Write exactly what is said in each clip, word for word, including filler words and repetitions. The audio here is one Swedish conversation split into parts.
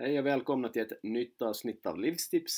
Hej och välkomna till ett nytt avsnitt av Livstips.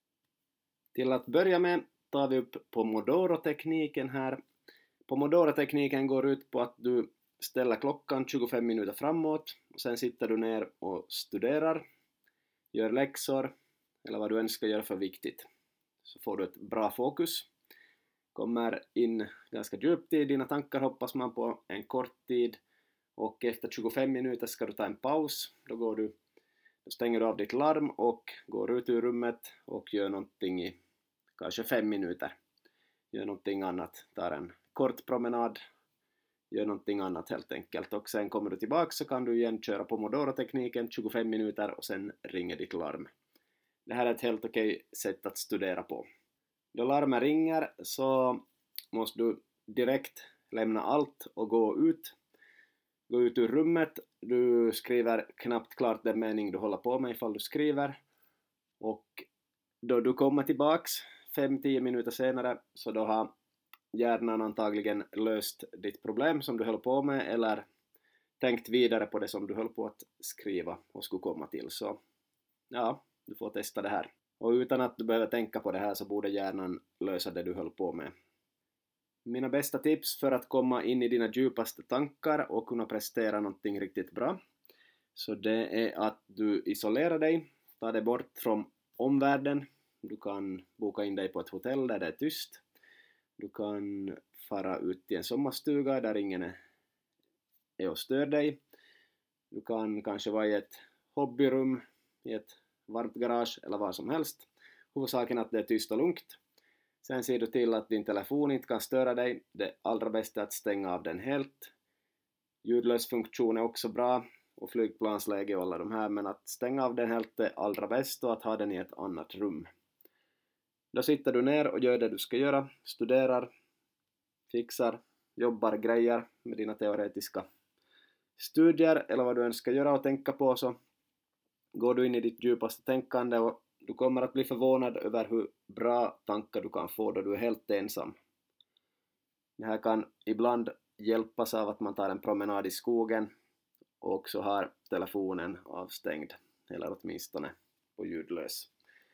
Till att börja med tar vi upp Pomodoro-tekniken här. Pomodoro-tekniken går ut på att du ställer klockan tjugofem minuter framåt och sen sitter du ner och studerar, gör läxor eller vad du önskar göra för viktigt. Så får du ett bra fokus. Kommer in ganska djupt i dina tankar hoppas man på en kort tid och efter tjugofem minuter ska du ta en paus. Då går du Då stänger du av ditt larm och går ut ur rummet och gör någonting i kanske fem minuter. Gör någonting annat, tar en kort promenad, gör någonting annat helt enkelt. Och sen kommer du tillbaka så kan du igen köra Pomodoro-tekniken tjugofem minuter och sen ringer ditt larm. Det här är ett helt okej sätt att studera på. Då larmet ringer så måste du direkt lämna allt och gå ut. Gå ut ur rummet, du skriver knappt klart den mening du håller på med ifall du skriver. Och då du kommer tillbaks fem till tio minuter senare så då har hjärnan antagligen löst ditt problem som du höll på med eller tänkt vidare på det som du höll på att skriva och skulle komma till. Så ja, du får testa det här. Och utan att du behöver tänka på det här så borde hjärnan lösa det du höll på med. Mina bästa tips för att komma in i dina djupaste tankar och kunna prestera någonting riktigt bra. Så det är att du isolerar dig, tar dig bort från omvärlden. Du kan boka in dig på ett hotell där det är tyst. Du kan fara ut till en sommarstuga där ingen är, är och stör dig. Du kan kanske vara i ett hobbyrum, i ett varmt garage eller vad som helst. Huvudsaken är att det är tyst och lugnt. Sen ser du till att din telefon inte kan störa dig. Det allra bästa är att stänga av den helt. Ljudlös funktion är också bra och flygplansläge och alla de här, men att stänga av den helt är allra bäst och att ha den i ett annat rum. Då sitter du ner och gör det du ska göra, studerar, fixar, jobbar, grejer med dina teoretiska studier eller vad du önskar göra och tänka på, så går du in i ditt djupaste tänkande och du kommer att bli förvånad över hur bra tankar du kan få då du är helt ensam. Det här kan ibland hjälpas av att man tar en promenad i skogen och också har telefonen avstängd eller åtminstone på ljudlös.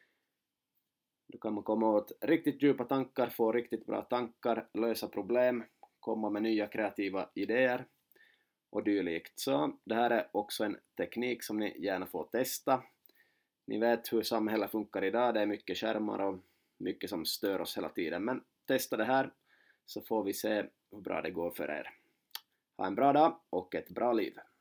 Då kan man komma åt riktigt djupa tankar, få riktigt bra tankar, lösa problem, komma med nya kreativa idéer och dylikt. Så det här är också en teknik som ni gärna får testa. Ni vet hur samhället funkar idag, det är mycket skärmar och mycket som stör oss hela tiden. Men testa det här så får vi se hur bra det går för er. Ha en bra dag och ett bra liv!